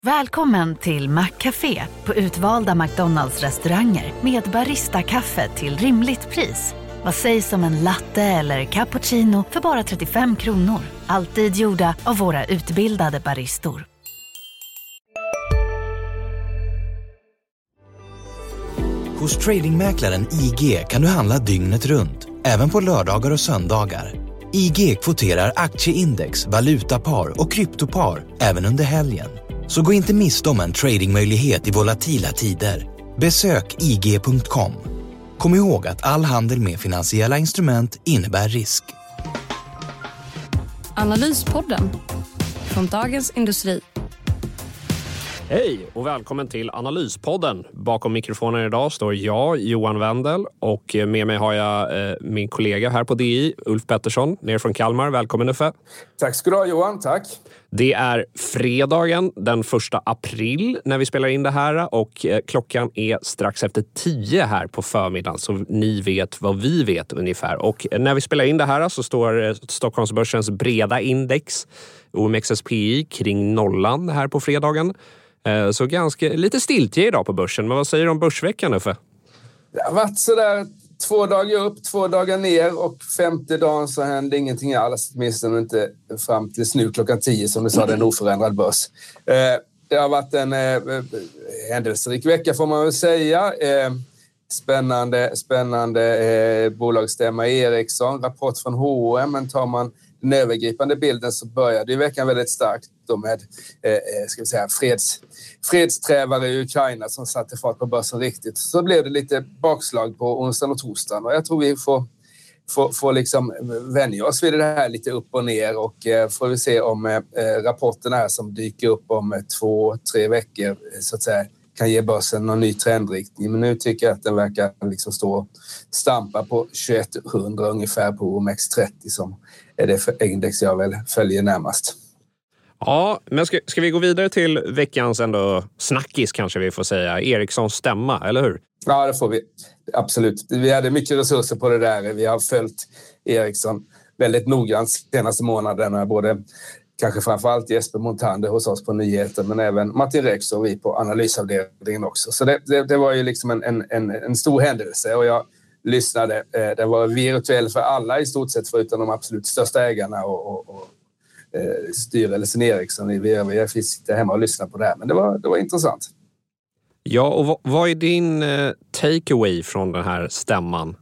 Välkommen till Maccafé på utvalda McDonalds-restauranger med Barista-kaffe till rimligt pris. Vad sägs om en latte eller cappuccino för bara 35 kronor? Alltid gjorda av våra utbildade baristor. Hos tradingmäklaren IG kan du handla dygnet runt, även på lördagar och söndagar. IG kvoterar aktieindex, valutapar och kryptopar även under helgen. Så gå inte miste om en tradingmöjlighet i volatila tider. Besök ig.com. Kom ihåg att all handel med finansiella instrument innebär risk. Analyspodden från Dagens Industri. Hej och välkommen till Analyspodden. Bakom mikrofonen idag står jag, Johan Wendel, och med mig har jag min kollega här på DI, Ulf Pettersson, ner från Kalmar. Välkommen Uffe. Tack ska du ha Johan, tack. Det är fredagen den 1 april när vi spelar in det här och klockan är strax efter 10 här på förmiddagen, så ni vet vad vi vet ungefär. Och när vi spelar in det här så står Stockholmsbörsens breda index, OMXSPI, kring nollan här på fredagen. Så ganska lite stiltje idag på börsen. Men vad säger du om börsveckan, Uffe? Det har varit sådär 2 dagar upp, 2 dagar ner och 5:e dagen så hände ingenting alls. Åtminstone inte fram tills nu klockan 10 som du sa, det är en oförändrad börs. Det har varit en händelserik vecka får man väl säga. Spännande bolagsstämma i Ericsson, rapport från H&M, men tar man den övergripande bilden så började ju veckan väldigt starkt då med ska vi säga, fredsträvare i Ukraina som satte fart på börsen riktigt. Så blev det lite bakslag på onsdagen och torsdagen och jag tror vi får liksom vänja oss vid det här lite upp och ner och får vi se om rapporterna här som dyker upp om 2-3 veckor så att säga kan ge börsen någon ny trendriktning. Men nu tycker jag att den verkar liksom stå och stampa på 2100 ungefär på OMX30 som är det index jag väl följer närmast. Ja, men ska vi gå vidare till veckans ändå snackis kanske vi får säga. Ericssons stämma, eller hur? Ja, det får vi. Absolut. Vi hade mycket resurser på det där. Vi har följt Ericsson väldigt noggrant senaste månaderna. Både kanske framförallt Jesper Montander hos oss på nyheter, men även Martin Rex och vi på analysavdelningen också. Så det var ju liksom en stor händelse och jag lyssnade. Den var virtuell för alla i stort sett förutom de absolut största ägarna och styrelsen Ericsson. Vi sitter hemma och lyssnar på det här, men det var intressant. Ja, och vad är din takeaway från den här stämman?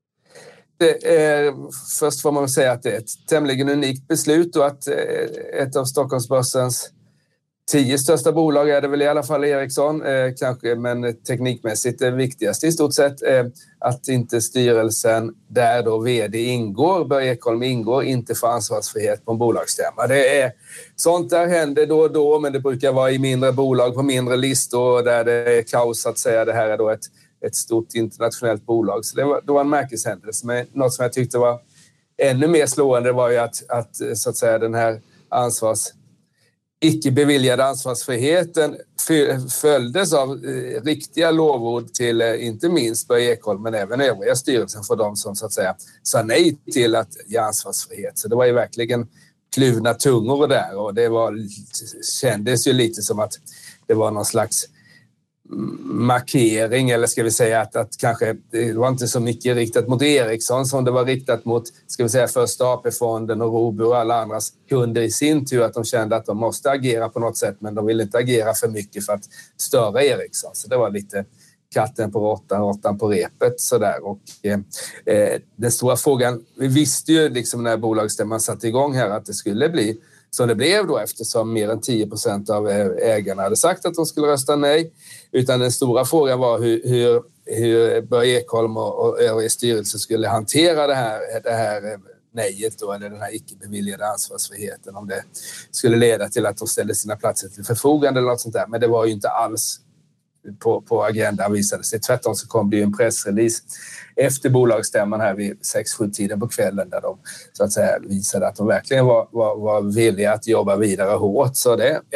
Först får man säga att det är ett tämligen unikt beslut och att ett av Stockholmsbörsens 10 största bolag är det väl i alla fall Ericsson, kanske, men teknikmässigt det viktigaste i stort sett att inte styrelsen där då vd ingår, Börje Ekholm ingår, inte får ansvarsfrihet på en bolagsstämma. Det är sånt där händer då och då, men det brukar vara i mindre bolag på mindre listor där det är kaos att säga. Det här är då ett stort internationellt bolag. Så det var en märkeshändelse. Men något som jag tyckte var ännu mer slående var ju att så att säga den här icke beviljade ansvarsfriheten följdes av riktiga lovord till inte minst Börje Ekholm men även övriga styrelsen för de som så att säga sa nej till att ge ansvarsfrihet. Så det var ju verkligen kluvna tungor där och kändes ju lite som att det var någon slags markering, eller ska vi säga att kanske det var inte så mycket riktat mot Ericsson som det var riktat mot, ska vi säga, första AP-fonden och Robur och alla andras kunder i sin tur, att de kände att de måste agera på något sätt men de ville inte agera för mycket för att störa Ericsson. Så det var lite katten på råttan på repet sådär. Och den stora frågan, vi visste ju liksom när bolagsstämman satte igång här att det skulle bli som det blev då, eftersom mer än 10% av ägarna hade sagt att de skulle rösta nej. Utan den stora frågan var hur Börje Ekholm och övriga styrelser skulle hantera det här nejet då, eller den här icke beviljade ansvarsfriheten, om det skulle leda till att de ställde sina platser till förfogande eller något sånt där. Men det var ju inte alls på agendan, visade sig. Tvärtom så kom det ju en pressrelease efter bolagsstämman här vid 6-7-tiden på kvällen där de så att säga visade att de verkligen var villiga att jobba vidare hårt. Så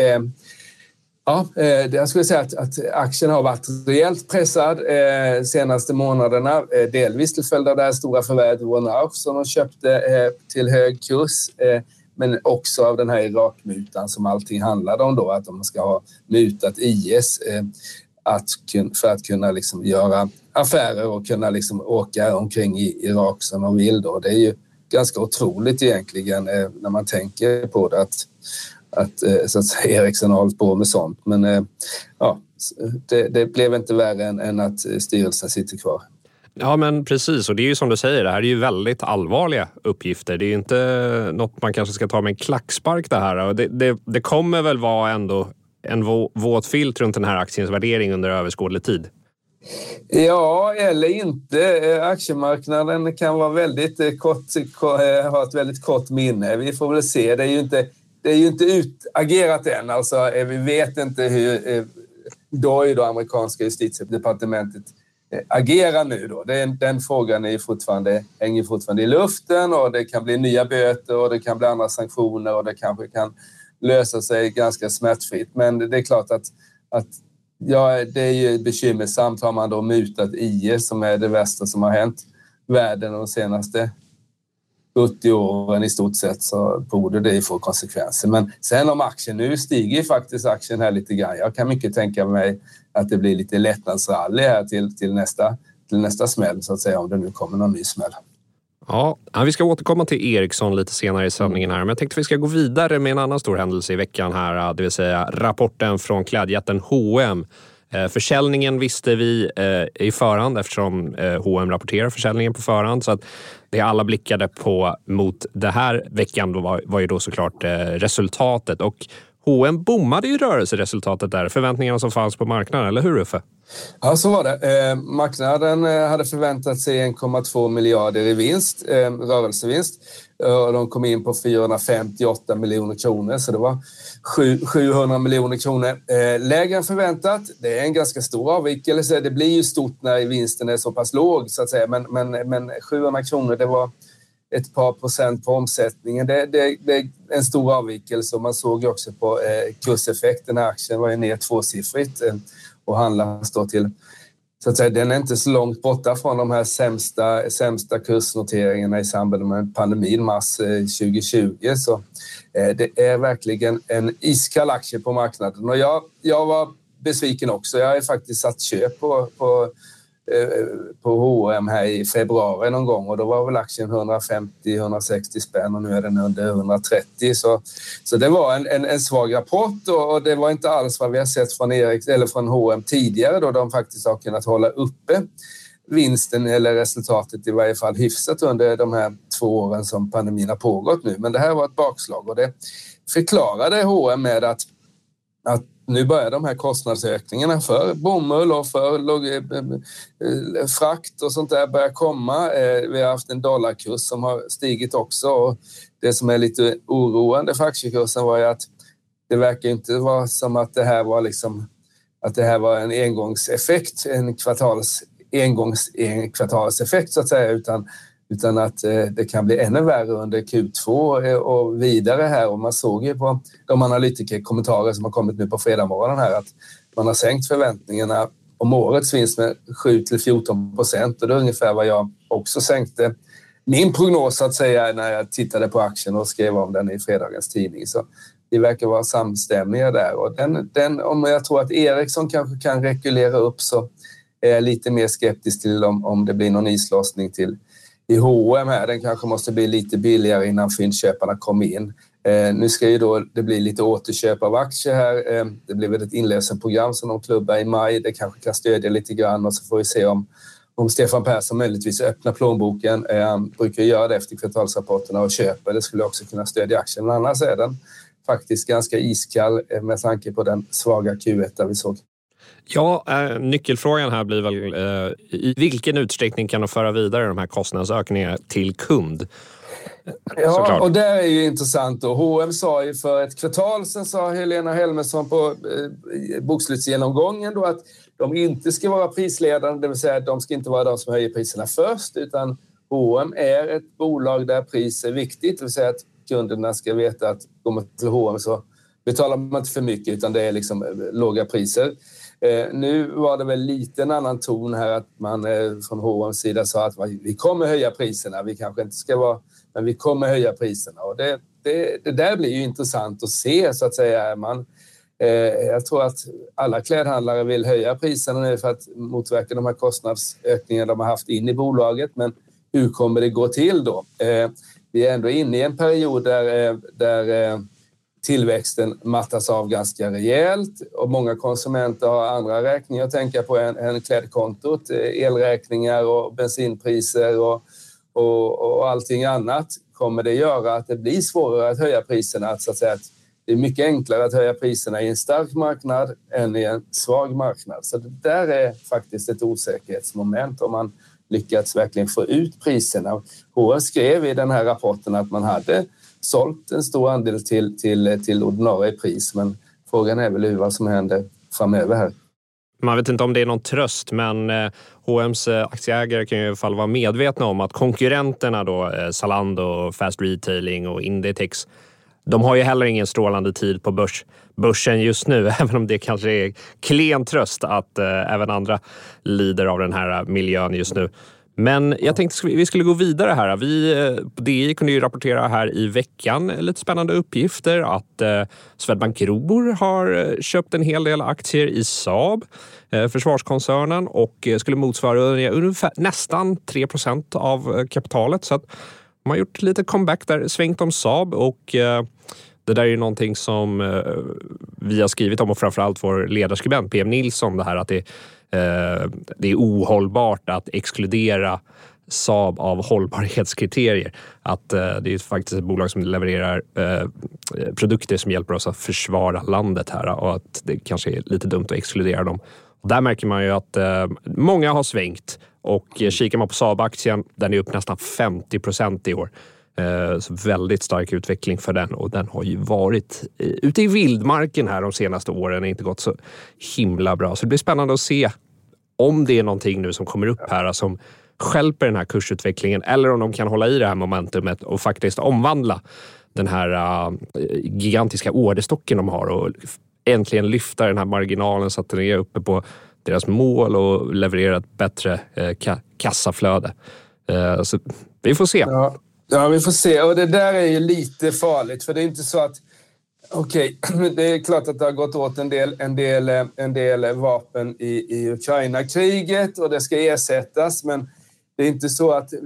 jag skulle säga att aktien har varit rejält pressad senaste månaderna, delvis till följd av det här stora förvärvet One House som de köpte till hög kurs. men också av den här Irakmutan som allting handlade om då, att de ska ha mutat IS för att kunna liksom göra affärer och kunna liksom åka omkring i Irak som de vill då. Det är ju ganska otroligt egentligen när man tänker på det att så att säga, Ericsson har hållit på med sånt. Men ja, det blev inte värre än att styrelsen sitter kvar. Ja, men precis. Och det är ju som du säger, det här är ju väldigt allvarliga uppgifter. Det är ju inte något man kanske ska ta med en klackspark det här. Och det kommer väl vara ändå en våt filt runt den här aktiens värdering under överskådlig tid? Ja, eller inte. Aktiemarknaden kan vara väldigt ha ett väldigt kort minne. Vi får väl se. Det är ju inte utagerat än. Alltså, vi vet inte hur då amerikanska justitiedepartementet agerar nu då. Den frågan hänger fortfarande i luften, och det kan bli nya böter och det kan bli andra sanktioner och det kanske kan lösa sig ganska smärtfritt. Men det är klart att det är ju bekymmersamt. Har man då mutat IS, som är det värsta som har hänt världen de senaste 70 åren i stort sett, så borde det få konsekvenser. Men sen om aktien, nu stiger ju faktiskt aktien här lite grann. Jag kan mycket tänka mig att det blir lite lättnadsrally här till nästa smäll, så att säga, om det nu kommer någon ny smäll. Ja, vi ska återkomma till Ericsson lite senare i sändningen här. Men jag tänkte att vi ska gå vidare med en annan stor händelse i veckan här. Det vill säga rapporten från klädjätten H&M. Försäljningen visste vi i förhand, eftersom H&M rapporterar försäljningen på förhand. Så att det alla blickade på mot det här veckan då var ju då såklart resultatet. Och H&M bommade ju rörelseresultatet där. Förväntningarna som fanns på marknaden, eller hur Uffe? Ja, så var det. Marknaden hade förväntat sig 1,2 miljarder i vinst, rörelsevinst. Och de kom in på 458 miljoner kronor, så det var 700 miljoner kronor lägre än förväntat. Det är en ganska stor avvikelse. Det blir ju stort när vinsten är så pass låg, så att säga. Men 700 kronor, det var ett par procent på omsättningen. Det är en stor avvikelse, och man såg ju också på kurseffekten. Aktien var ju ner tvåsiffrigt och handlas då till, så att säga, den är inte så långt borta från de här sämsta kursnoteringarna i samband med pandemin mars 2020. Så det är verkligen en iskall aktie på marknaden. Och jag var besviken också. Jag har faktiskt satt köp på H&M här i februari någon gång, och då var väl aktien 150-160 spänn, och nu är den under 130. Så det var en svag rapport, och det var inte alls vad vi har sett från H&M tidigare, då de faktiskt har kunnat hålla uppe vinsten eller resultatet i varje fall hyfsat under de här 2 åren som pandemin har pågått nu. Men det här var ett bakslag, och det förklarade H&M med att nu börjar de här kostnadsökningarna för bomull och för frakt och sånt där börja komma. Vi har haft en dollarkurs som har stigit också, och det som är lite oroande för aktiekursen var ju att det verkar inte vara som att det här var en engångseffekt, en kvartalseffekt så att säga, utan att det kan bli ännu värre under Q2 och vidare här. Och man såg ju på de analytikerkommentarer som har kommit nu på fredag morgonen här att man har sänkt förväntningarna om årets vinst med 7-14%, och det är ungefär vad jag också sänkte min prognos, så att säga, när jag tittade på aktien och skrev om den i fredagens tidning. Så det verkar vara samstämmiga där, och om jag tror att Ericsson kanske kan rekulera upp, så är jag lite mer skeptisk till om det blir någon islossning till i H&M här. Den kanske måste bli lite billigare innan fyndköparna kommer in. Nu ska ju då det bli lite återköp av aktier här. Det blir väl ett inlösenprogram som de klubbar i maj. Det kanske kan stödja lite grann, och så får vi se om Stefan Persson möjligtvis öppnar plånboken. Han brukar göra det efter kvartalsrapporterna och köper. Det skulle också kunna stödja aktien. Men annars är den faktiskt ganska iskall med tanke på den svaga Q1 där vi såg. Ja, nyckelfrågan här blir väl i vilken utsträckning kan de föra vidare de här kostnadsökningarna till kund? Ja, såklart. Och det är ju intressant. Och H&M sa ju för ett kvartal sedan, sa Helena Helmersson på bokslutsgenomgången då, att de inte ska vara prisledande, det vill säga att de ska inte vara de som höjer priserna först, utan H&M är ett bolag där pris är viktigt, det vill säga att kunderna ska veta att går man till H&M så betalar man inte för mycket, utan det är liksom låga priser. Nu var det väl lite en annan ton här, att man från H&M's sida sa att vi kommer höja priserna. Vi kanske inte ska vara, men vi kommer höja priserna. Och det det där blir ju intressant att se, så att säga. Jag tror att alla klädhandlare vill höja priserna nu för att motverka de här kostnadsökningarna de har haft in i bolaget. Men hur kommer det gå till då? Vi är ändå inne i en period där tillväxten mattas av ganska rejält och många konsumenter har andra räkningar att tänka på än klädkontot, elräkningar och bensinpriser och allting annat. Kommer det göra att det blir svårare att höja priserna? Så att säga att det är mycket enklare att höja priserna i en stark marknad än i en svag marknad. Så det där är faktiskt ett osäkerhetsmoment om man lyckats verkligen få ut priserna. HR skrev i den här rapporten att man hade sålt en stor andel till ordinarie pris, men frågan är väl vad som händer framöver här. Man vet inte om det är någon tröst, men H&M's aktieägare kan ju i alla fall vara medvetna om att konkurrenterna då, Zalando, Fast Retailing och Inditex, de har ju heller ingen strålande tid på börsen just nu, även om det kanske är klen tröst att även andra lider av den här miljön just nu. Men jag tänkte vi skulle gå vidare här. Vi på DI kunde ju rapportera här i veckan lite spännande uppgifter att Swedbank Robur har köpt en hel del aktier i Saab, försvarskoncernen, och skulle motsvara ungefär nästan 3% av kapitalet. Så att man har gjort lite comeback där, svängt om Saab, och det där är ju någonting som vi har skrivit om, och framförallt vår ledarskribent PM Nilsson, det här att det är ohållbart att exkludera Saab av hållbarhetskriterier. Att det är faktiskt ett bolag som levererar produkter som hjälper oss att försvara landet här, och att det kanske är lite dumt att exkludera dem. Och där märker man ju att många har svängt, och kikar man på Saab-aktien, den är upp nästan 50% i år. Så väldigt stark utveckling för den, och den har ju varit ute i vildmarken här de senaste åren, inte gått så himla bra. Så det blir spännande att se om det är någonting nu som kommer upp här som stjälper den här kursutvecklingen, eller om de kan hålla i det här momentumet och faktiskt omvandla den här gigantiska orderstocken de har och äntligen lyfta den här marginalen så att den är uppe på deras mål och leverera ett bättre kassaflöde. Så vi får se. Ja, vi får se. Och det där är ju lite farligt, för det är inte så att okej, det är klart att det har gått åt en del vapen i Ukraina-kriget och det ska ersättas, men det är inte så att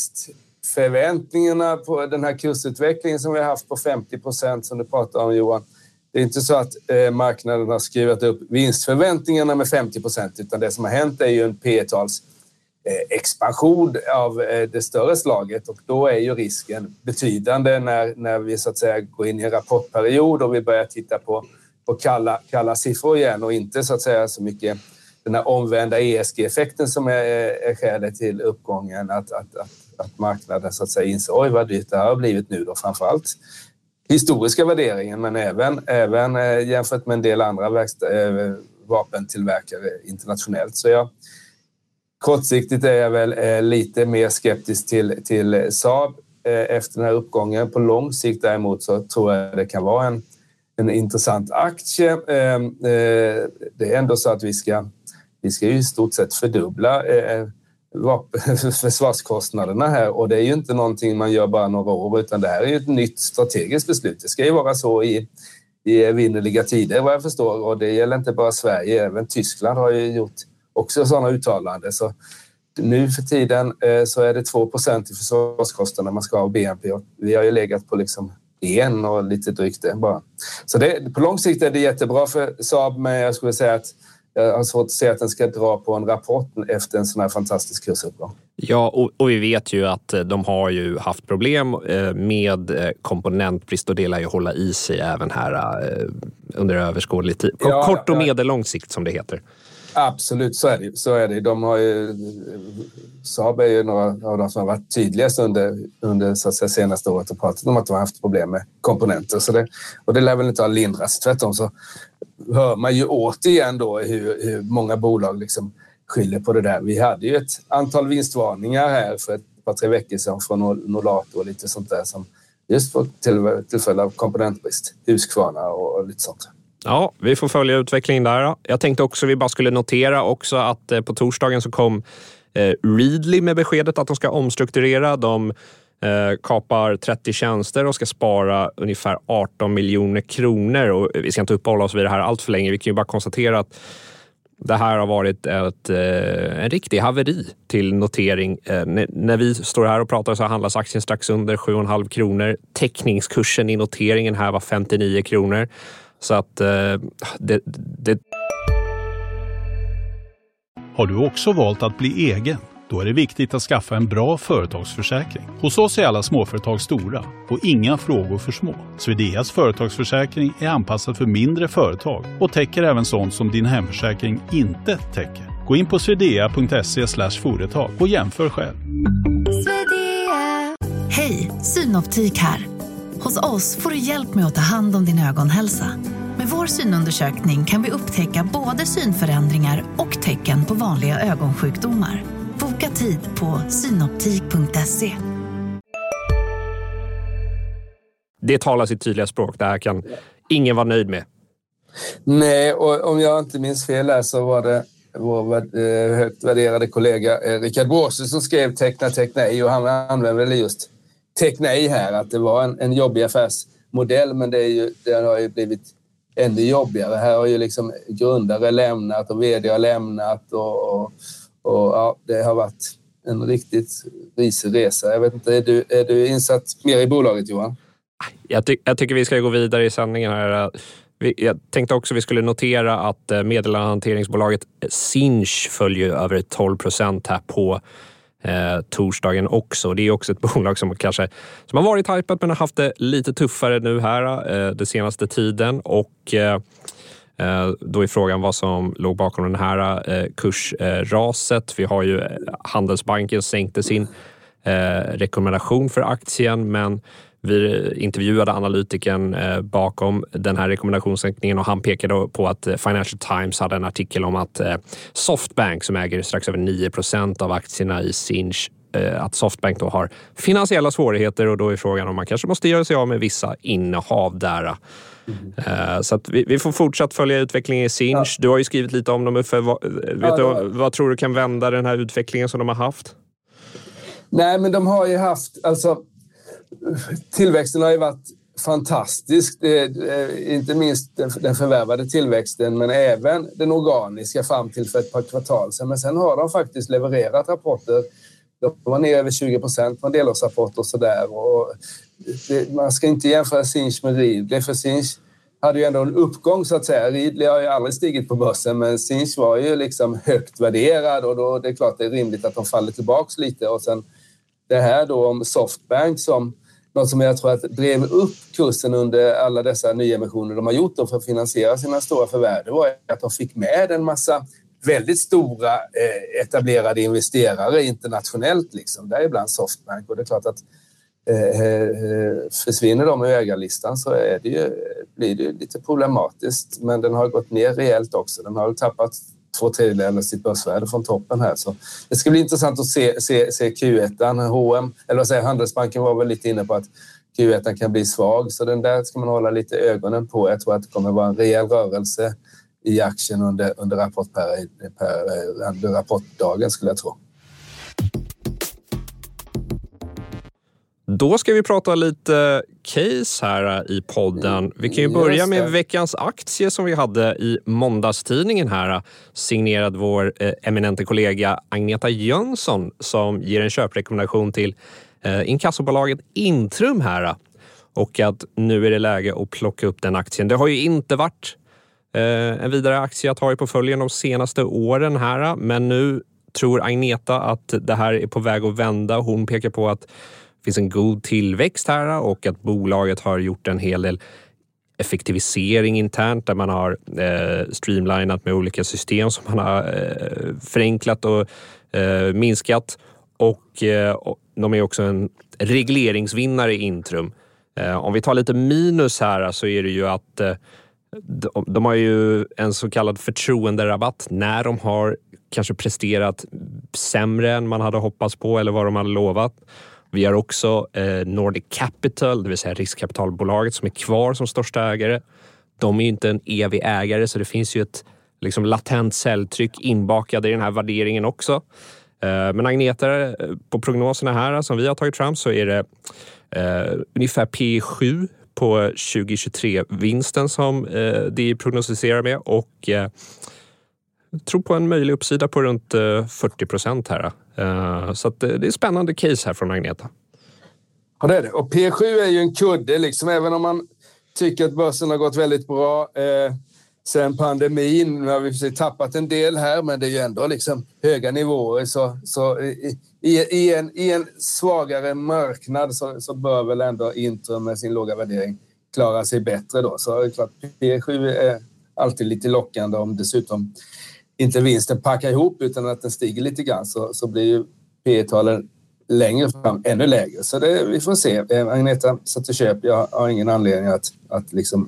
vinstförväntningarna på den här kursutvecklingen som vi har haft på 50% som du pratade om, Johan, det är inte så att marknaden har skrivit upp vinstförväntningarna med 50%, utan det som har hänt är ju en P-tals expansion av det större slaget, och då är ju risken betydande när vi så att säga går in i en rapportperiod och vi börjar titta på kalla siffror igen, och inte så att säga så mycket den här omvända ESG-effekten som är skälet till uppgången, att marknaden så att säga inser oj vad dyrt det har blivit nu då, framförallt historiska värderingen, men även jämfört med en del andra vapentillverkare internationellt. Så kortsiktigt är jag väl lite mer skeptisk till Saab efter den här uppgången. På lång sikt däremot så tror jag det kan vara en intressant aktie. Det är ändå så att vi ska ju i stort sett fördubbla försvarskostnaderna här, och det är ju inte någonting man gör bara några år, utan det här är ju ett nytt strategiskt beslut. Det ska ju vara så i vinnerliga tider vad jag förstår, och det gäller inte bara Sverige, även Tyskland har ju gjort också sådana uttalanden. Så nu för tiden så är det 2% i försvarskostnaderna man ska ha av BNP. Vi har ju legat på liksom 1 och lite drygt det bara. Så på lång sikt är det jättebra för Saab, men jag skulle säga att jag har svårt att se att den ska dra på en rapport efter en sån här fantastisk kursuppgång. Ja, och vi vet ju att de har ju haft problem med komponentbrist, och det lär ju hålla i sig även här under överskådlig tid. Kort och medellång sikt som det heter. Absolut, så är det. De har ju, Saab är ju några av de som har varit tydligast under så att säga, senaste året och pratat om att de har haft problem med komponenter. Och det lär väl inte ha lindrats. Tvärtom så hör man ju återigen då hur många bolag liksom skyller på det där. Vi hade ju ett antal vinstvarningar här för ett par 3 veckor sedan från Nolato och lite sånt där som just får tillfälle av komponentbrist, Husqvarna och lite sånt. Ja, vi får följa utvecklingen där. Jag tänkte också vi bara skulle notera också att på torsdagen så kom Readly med beskedet att de ska omstrukturera. De kapar 30 tjänster och ska spara ungefär 18 miljoner kronor. Och vi ska inte uppehålla oss vid det här allt för länge. Vi kan ju bara konstatera att det här har varit en riktig haveri till notering. När vi står här och pratar så handlas aktien strax under 7,5 kronor. Täckningskursen i noteringen här var 59 kronor. Så att det... Har du också valt att bli egen? Då är det viktigt att skaffa en bra företagsförsäkring. Hos oss är alla småföretag stora och inga frågor för små. Swedeas företagsförsäkring är anpassad för mindre företag och täcker även sånt som din hemförsäkring inte täcker. Gå in på swedea.se/företag och jämför själv. Hej, Synoptik här. Hos oss får du hjälp med att ta hand om din ögonhälsa. Med vår synundersökning kan vi upptäcka både synförändringar och tecken på vanliga ögonsjukdomar. Boka tid på synoptik.se. Det talar sitt tydliga språk. Det här kan ingen vara nöjd med. Nej, och om jag inte minns fel här så var det vår högt värderade kollega Rickard Bråse som skrev teckna ej, och han använde väl just teckna ej här, att det var en jobbig affärsmodell, men det har ju blivit ännu jobbigare. Här har ju liksom grundare lämnat och vd har lämnat och ja, det har varit en riktigt risig resa. Jag vet inte, är du insatt mer i bolaget, Johan? Jag tycker vi ska gå vidare i sändningen här. Jag tänkte också att vi skulle notera att meddelandehanteringsbolaget Sinch följer över 12% här på torsdagen också. Det är också ett bolag som har varit hypat men har haft det lite tuffare nu här den senaste tiden, och då är frågan vad som låg bakom den här kursraset. Vi har ju Handelsbanken sänkte sin rekommendation för aktien, men vi intervjuade analytiken bakom den här rekommendationssänkningen och han pekade på att Financial Times hade en artikel om att Softbank, som äger strax över 9% av aktierna i Sinch, att Softbank då har finansiella svårigheter, och då är frågan om man kanske måste göra sig av med vissa innehav där. Så att vi får fortsatt följa utvecklingen i Sinch. Du har ju skrivit lite om dem, Uffe. Vad tror du kan vända den här utvecklingen som de har haft? Nej, men de har ju haft, alltså tillväxten har ju varit fantastisk. Inte minst den förvärvade tillväxten, men även den organiska fram till för ett par kvartal sedan. Men sen har de faktiskt levererat rapporter. De var ner över 20% på en delårsrapport och sådär. Man ska inte jämföra Sinch med Readly, för Sinch hade ju ändå en uppgång så att säga. Readly har ju aldrig stigit på börsen, men Sinch var ju liksom högt värderad, och då det är klart det är rimligt att de faller tillbaks lite. Och sen det här då om Softbank som något som jag tror att drev upp kursen under alla dessa nyemissioner de har gjort då för att finansiera sina stora förvärv, det var att de fick med en massa väldigt stora etablerade investerare internationellt liksom. Där är ibland Softbank, och det är klart att försvinner de i ägarlistan så blir det lite problematiskt, men den har gått ner rejält också. Den har tappat 2/3 av sitt börsvärde från toppen här, så det ska bli intressant att se Q1. H&M, eller vad säger Handelsbanken, var väl lite inne på att Q1 kan bli svag, så den där ska man hålla lite ögonen på. Jag tror att det kommer vara en rejäl rörelse i aktien under rapportdagen, skulle jag tro. Då ska vi prata lite case här i podden. Vi kan ju börja med veckans aktie som vi hade i måndagstidningen här, signerad vår eminente kollega Agneta Jönsson, som ger en köprekommendation till inkassobolaget Intrum här, och att nu är det läge att plocka upp den aktien. Det har ju inte varit en vidare aktie att ha i portföljen de senaste åren här, men nu tror Agneta att det här är på väg att vända. Hon pekar på att det finns en god tillväxt här och att bolaget har gjort en hel del effektivisering internt, där man har streamlinat med olika system som man har förenklat och minskat, och de är också en regleringsvinnare i Intrum. Om vi tar lite minus här så är det ju att de har ju en så kallad förtroenderabatt när de har kanske presterat sämre än man hade hoppats på eller vad de hade lovat. Vi har också Nordic Capital, det vill säga riskkapitalbolaget, som är kvar som största ägare. De är ju inte en evig ägare, så det finns ju ett liksom latent säljtryck inbakade i den här värderingen också. Men Agneta, på prognoserna här som vi har tagit fram så är det ungefär P7 på 2023-vinsten som det prognostiserar med, och jag tror på en möjlig uppsida på runt 40% här. Så att det är spännande case här från Agneta. Ja, det är det. Och P7 är ju en kudde, liksom, även om man tycker att börsen har gått väldigt bra sen pandemin. Nu har vi tappat en del här, men det är ju ändå liksom höga nivåer. Så i en svagare marknad så bör väl ändå Intrum med sin låga värdering klara sig bättre då. Så det är klart, P7 är alltid lite lockande om dessutom inte vinsten packar ihop utan att den stiger lite grann, så blir ju P-talen längre fram ännu lägre. Så vi får se. Agneta, så till köp. Jag har ingen anledning att liksom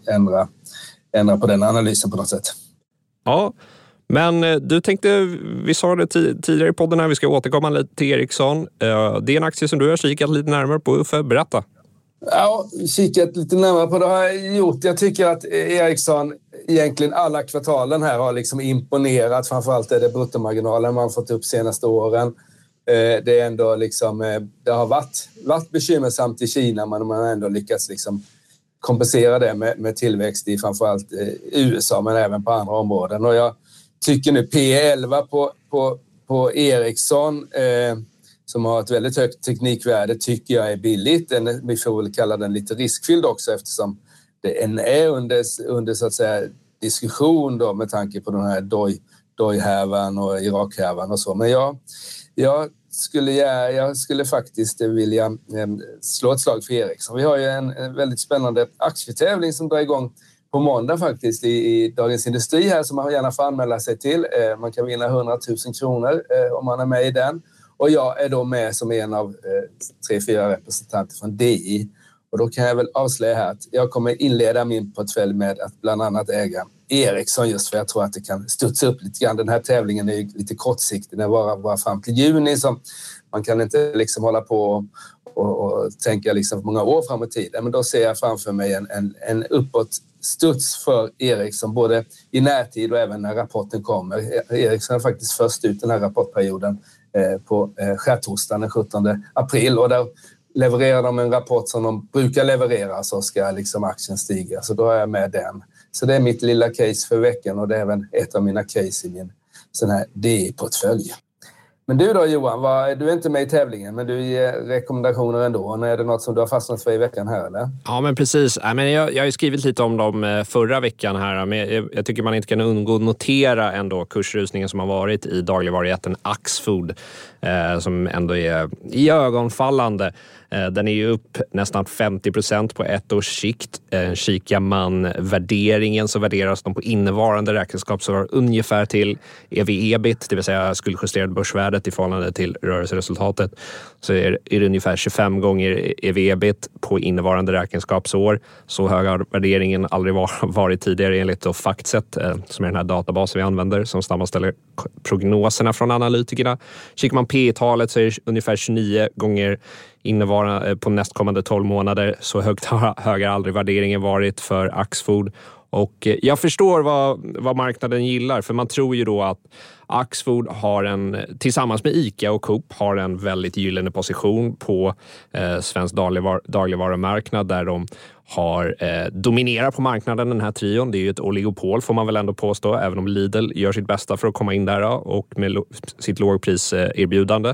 ändra på den analysen på något sätt. Ja, men du tänkte, vi sa det tidigare i podden här, vi ska återkomma lite till Ericsson. Det är en aktie som du har kikat lite närmare på. Uffe, berätta. Ja, kikat lite närmare på det har jag gjort. Jag tycker att Ericsson egentligen alla kvartalen här har liksom imponerat. Framförallt är det bruttomarginalen man fått upp senaste åren. Det är ändå liksom, det har varit bekymmersamt i Kina, men man har ändå lyckats liksom kompensera det med tillväxt i framförallt USA, men även på andra områden. Och jag tycker nu P11 på Ericsson som har ett väldigt högt teknikvärde tycker jag är billigt. Vi får väl kalla den lite riskfylld också, eftersom det är under så att säga diskussion då, med tanke på den här Doi-härvan och Irak-härvan och så. Men jag skulle faktiskt vilja slå ett slag för Ericsson. Vi har ju en väldigt spännande aktietävling som drar igång på måndag faktiskt i Dagens Industri här, som man gärna får anmäla sig till. Man kan vinna 100 000 kronor om man är med i den. Och jag är då med som en av 3-4 representanter från DI. Och då kan jag väl avslöja här att jag kommer inleda min portfölj med att bland annat äga Ericsson, just för jag tror att det kan studsa upp lite grann. Den här tävlingen är ju lite kortsiktig, den var fram till juni, så man kan inte liksom hålla på och tänka liksom många år fram i tiden. Men då ser jag framför mig en uppåtstuds för Ericsson, både i närtid och även när rapporten kommer. Ericsson är faktiskt först ut den här rapportperioden på skärtorsdagen den 17 april, och där levererar de en rapport som de brukar leverera, så ska liksom aktien stiga. Så då är jag med den. Så det är mitt lilla case för veckan, och det är även ett av mina case i min sån här DI-portfölj. Men du då Johan, du är inte med i tävlingen, men du ger rekommendationer ändå. Är det något som du har fastnat för i veckan här eller? Ja, men precis. Jag har ju skrivit lite om dem förra veckan här, men jag tycker man inte kan undgå att notera ändå kursrusningen som har varit i dagligvarujätten Axfood, som ändå är iögonfallande. Den är ju upp nästan 50% på ett års sikt. Kikar man värderingen så värderas de på innevarande räkenskapsår ungefär till EV/EBIT, det vill säga skuldjusterade börsvärdet i förhållande till rörelseresultatet. Så är det ungefär 25 gånger EV/EBIT på innevarande räkenskapsår. Så hög har värderingen aldrig varit tidigare enligt FactSet, som är den här databasen vi använder som sammanställer prognoserna från analytikerna. Kikar man P-talet så är det ungefär 29 gånger innevarande på nästkommande 12 månader. Så hög har aldrig värderingen varit för Axfood. Och jag förstår vad marknaden gillar, för man tror ju då att Axfood har tillsammans med ICA och Coop har en väldigt gyllene position på svensk dagligvarumarknad, där de har dominerat på marknaden, den här trion. Det är ju ett oligopol får man väl ändå påstå, även om Lidl gör sitt bästa för att komma in där och med sitt lågpriserbjudande.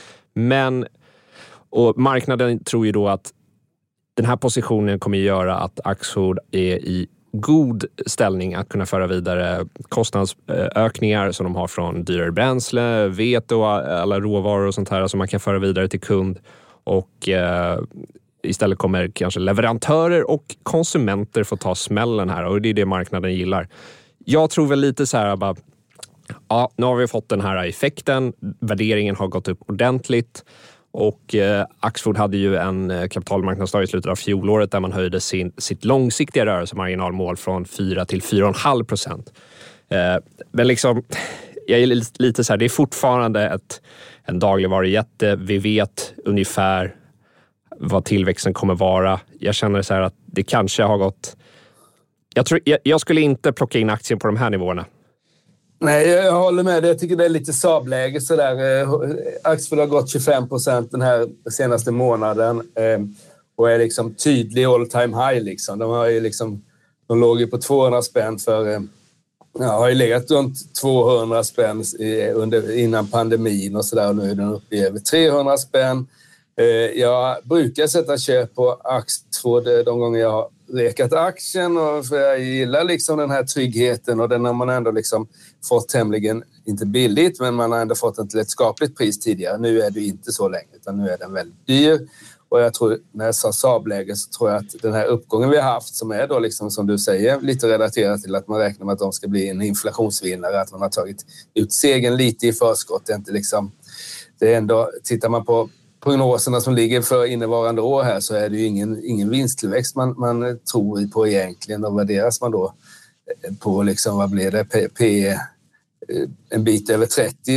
Och marknaden tror ju då att den här positionen kommer att göra att Axfood är i god ställning att kunna föra vidare kostnadsökningar som de har från dyrare bränsle, vete och alla råvaror och sånt här som man kan föra vidare till kund. Och istället kommer kanske leverantörer och konsumenter få ta smällen här, och det är det marknaden gillar. Jag tror väl lite så här bara, ja, nu har vi fått den här effekten, värderingen har gått upp ordentligt. Och Axfood hade ju en kapitalmarknadsdag i slutet av fjolåret där man höjde sitt långsiktiga rörelsemarginalmål från 4 till 4,5%. Men liksom, jag är lite så här, det är fortfarande en dagligvarujätte. Vi vet ungefär vad tillväxten kommer vara. Jag känner så här att det kanske har gått... Jag skulle inte plocka in aktien på de här nivåerna. Nej, jag håller med. Jag tycker det är lite sabläge sådär. Axfood har gått 25% den här senaste månaden och är liksom tydlig all time high liksom. De låg ju på 200 spänn för har ju legat runt 200 spänn innan pandemin och sådär, och nu är den uppe i över 300 spänn. Jag brukar sätta köp på Axfood de gånger jag har rekat aktien, och för jag gillar liksom den här tryggheten, och den har man ändå liksom fått tämligen, inte billigt, men man har ändå fått ett lätt skapligt pris tidigare. Nu är det inte så länge, utan nu är den väldigt dyr. Och jag tror, när jag sa sabläge, så tror jag att den här uppgången vi har haft, som är då liksom, som du säger, lite relaterat till att man räknar med att de ska bli en inflationsvinnare, att man har tagit ut segern lite i förskott. Det är inte liksom, det är ändå, tittar man på prognoserna som ligger för innevarande år här, så är det ju ingen vinsttillväxt man tror på egentligen, och värderas man då på liksom, vad blir det, P en bit över 30,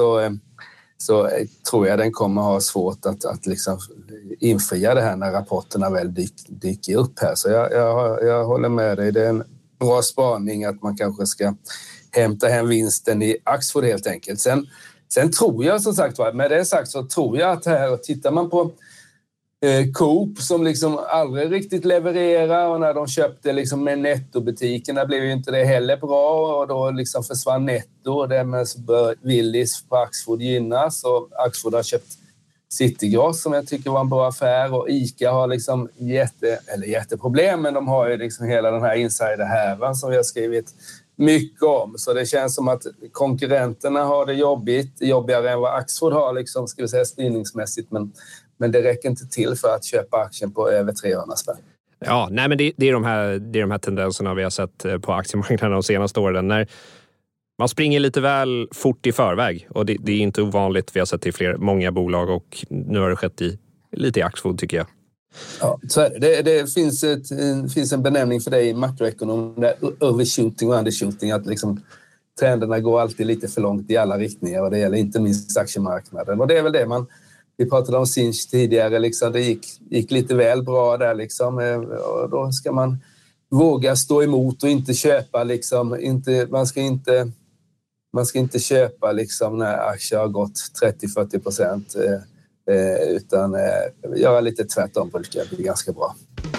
så tror jag den kommer ha svårt att liksom infria det här när rapporterna väl dyker upp här. Så jag håller med dig. Det är en bra spaning att man kanske ska hämta hem vinsten i Axfood helt enkelt. Sen tror jag, som sagt, med det sagt, så tror jag att här, tittar man på Coop som liksom aldrig riktigt levererar, och när de köpte liksom med nettobutikerna blev ju inte det heller bra, och då liksom försvann netto, och därmed så bör Willys på Axfood gynnas, och Axfood har köpt Citygross som jag tycker var en bra affär, och ICA har liksom jätteproblem, men de har ju liksom hela den här insiderhärvan som vi har skrivit mycket om. Så det känns som att konkurrenterna har det jobbigare än vad Axfood har liksom, ska vi säga, styrningsmässigt, men det räcker inte till för att köpa aktien på över 300 spänn. Ja, nej, men det är de här tendenserna vi har sett på aktiemarknaden de senaste åren, när man springer lite väl fort i förväg, och det är inte ovanligt. Vi har sett det i många bolag, och nu har det skett lite i Axfood, tycker jag. Ja, så är det. Det finns en benämning för det i makroekonom, där overshooting och undershooting, att liksom trenderna går alltid lite för långt i alla riktningar, och det gäller inte minst aktiemarknaden. Och det är väl det vi pratade om Sinch tidigare, liksom, det gick lite väl bra där liksom, och då ska man våga stå emot och inte köpa liksom, man ska inte köpa liksom när aktier har gått 30-40%, utan göra lite tvärtom, brukar bli ganska bra.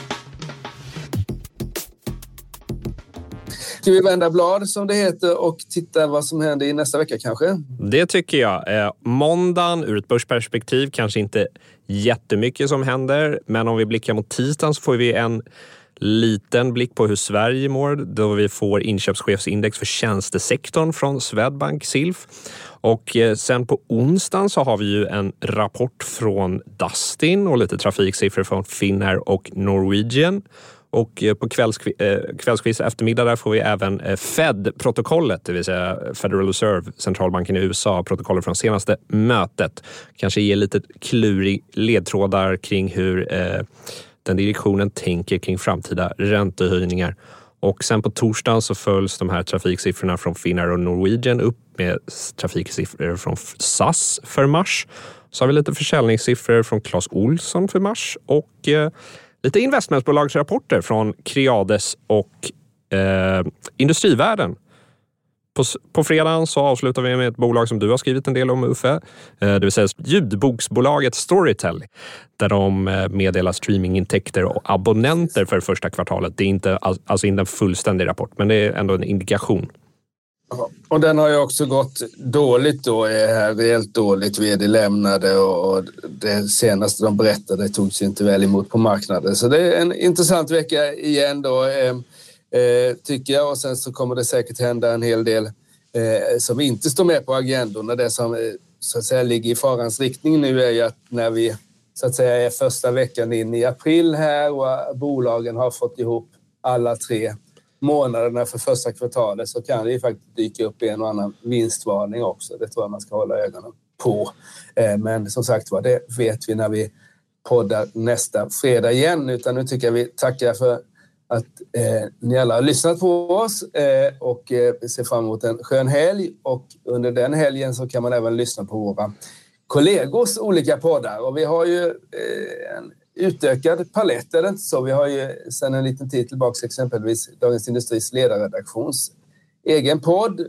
Ska vi vända blad, som det heter, och titta vad som händer i nästa vecka kanske? Det tycker jag. Måndagen ur ett börsperspektiv, kanske inte jättemycket som händer, men om vi blickar mot tisdagen så får vi en liten blick på hur Sverige mår, då vi får inköpschefsindex för tjänstesektorn från Swedbank Silf. Och sen på onsdagen så har vi ju en rapport från Dustin och lite trafiksiffror från Finnair och Norwegian. Och på kvällskviss eftermiddag där får vi även Fed-protokollet, det vill säga Federal Reserve, centralbanken i USA, protokollet från senaste mötet. Kanske ger lite klurig ledtrådar kring hur den direktionen tänker kring framtida räntehöjningar. Och sen på torsdagen så följs de här trafiksiffrorna från Finnair och Norwegian upp med trafiksiffror från SAS för mars. Så har vi lite försäljningssiffror från Clas Ohlson för mars, och lite investmentbolagsrapporter från Creades och Industrivärden. På fredagen så avslutar vi med ett bolag som du har skrivit en del om, Uffe. Det vill säga ljudboksbolaget Storytel, där de meddelar streamingintäkter och abonnenter för första kvartalet. Det är inte en fullständig rapport, men det är ändå en indikation. Och den har ju också gått dåligt då, rejält dåligt. VD lämnade, och det senaste de berättade togs inte väl emot på marknaden. Så det är en intressant vecka igen då, tycker jag. Och sen så kommer det säkert hända en hel del som inte står med på agendorna. Det som så att säga ligger i farans riktning nu är ju att när vi så att säga är första veckan in i april här, och bolagen har fått ihop alla 3 månaderna för första kvartalet, så kan det ju faktiskt dyka upp en och annan vinstvarning också. Det tror jag man ska hålla ögonen på. Men som sagt, det vet vi när vi poddar nästa fredag igen. Utan nu tycker jag vi tackar för att ni alla har lyssnat på oss, och ser fram emot en skön helg. Och under den helgen så kan man även lyssna på våra kollegors olika poddar. Och vi har ju en utökad palett, är det inte så? Vi har ju sedan en liten tid tillbaka exempelvis Dagens Industris ledarredaktions egen podd.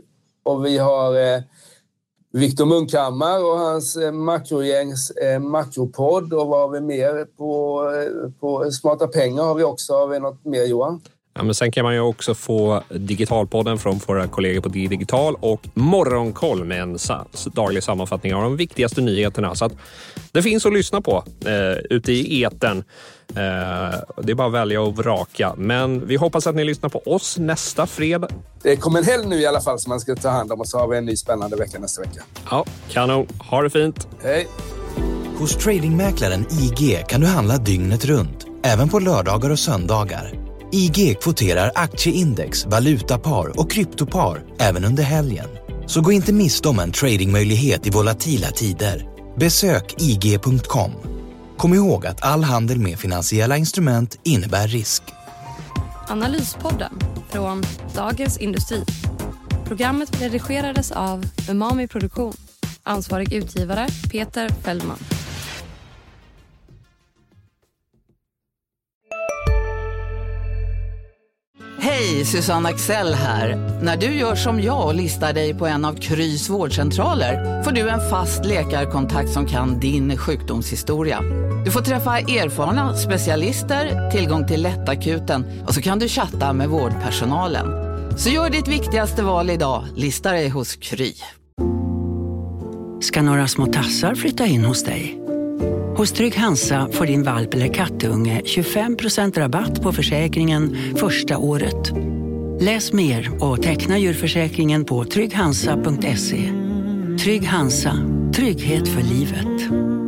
och vi har Viktor Munkhammar och hans makrogängs makropodd. Och vad har vi mer på Smarta pengar har vi också. Har vi något mer, Johan? Ja, men sen kan man ju också få Digitalpodden från våra kollegor på Digital och Morgonkoll med en daglig sammanfattning av de viktigaste nyheterna. Så att det finns att lyssna på ute i etern. Det är bara att välja och vraka. Men vi hoppas att ni lyssnar på oss nästa fredag. Det kommer en helg nu i alla fall som man ska ta hand om, och så har vi en ny spännande vecka nästa vecka. Ja, kanon. Ha det fint. Hej. Hos tradingmäklaren IG kan du handla dygnet runt, även på lördagar och söndagar. IG kvoterar aktieindex, valutapar och kryptopar även under helgen. Så gå inte miste om en tradingmöjlighet i volatila tider. Besök ig.com. Kom ihåg att all handel med finansiella instrument innebär risk. Analyspodden från Dagens Industri. Programmet redigerades av Umami Produktion. Ansvarig utgivare Peter Fällman. Hej, Susanne Axel här. När du gör som jag och listar dig på en av Krys vårdcentraler får du en fast läkarkontakt som kan din sjukdomshistoria. Du får träffa erfarna specialister, tillgång till lättakuten och så kan du chatta med vårdpersonalen. Så gör ditt viktigaste val idag, lista dig hos Kry. Ska några små tassar flytta in hos dig? Hos Trygg Hansa får din valp eller kattunge 25% rabatt på försäkringen första året. Läs mer och teckna djurförsäkringen på trygghansa.se. Trygg Hansa, trygghet för livet.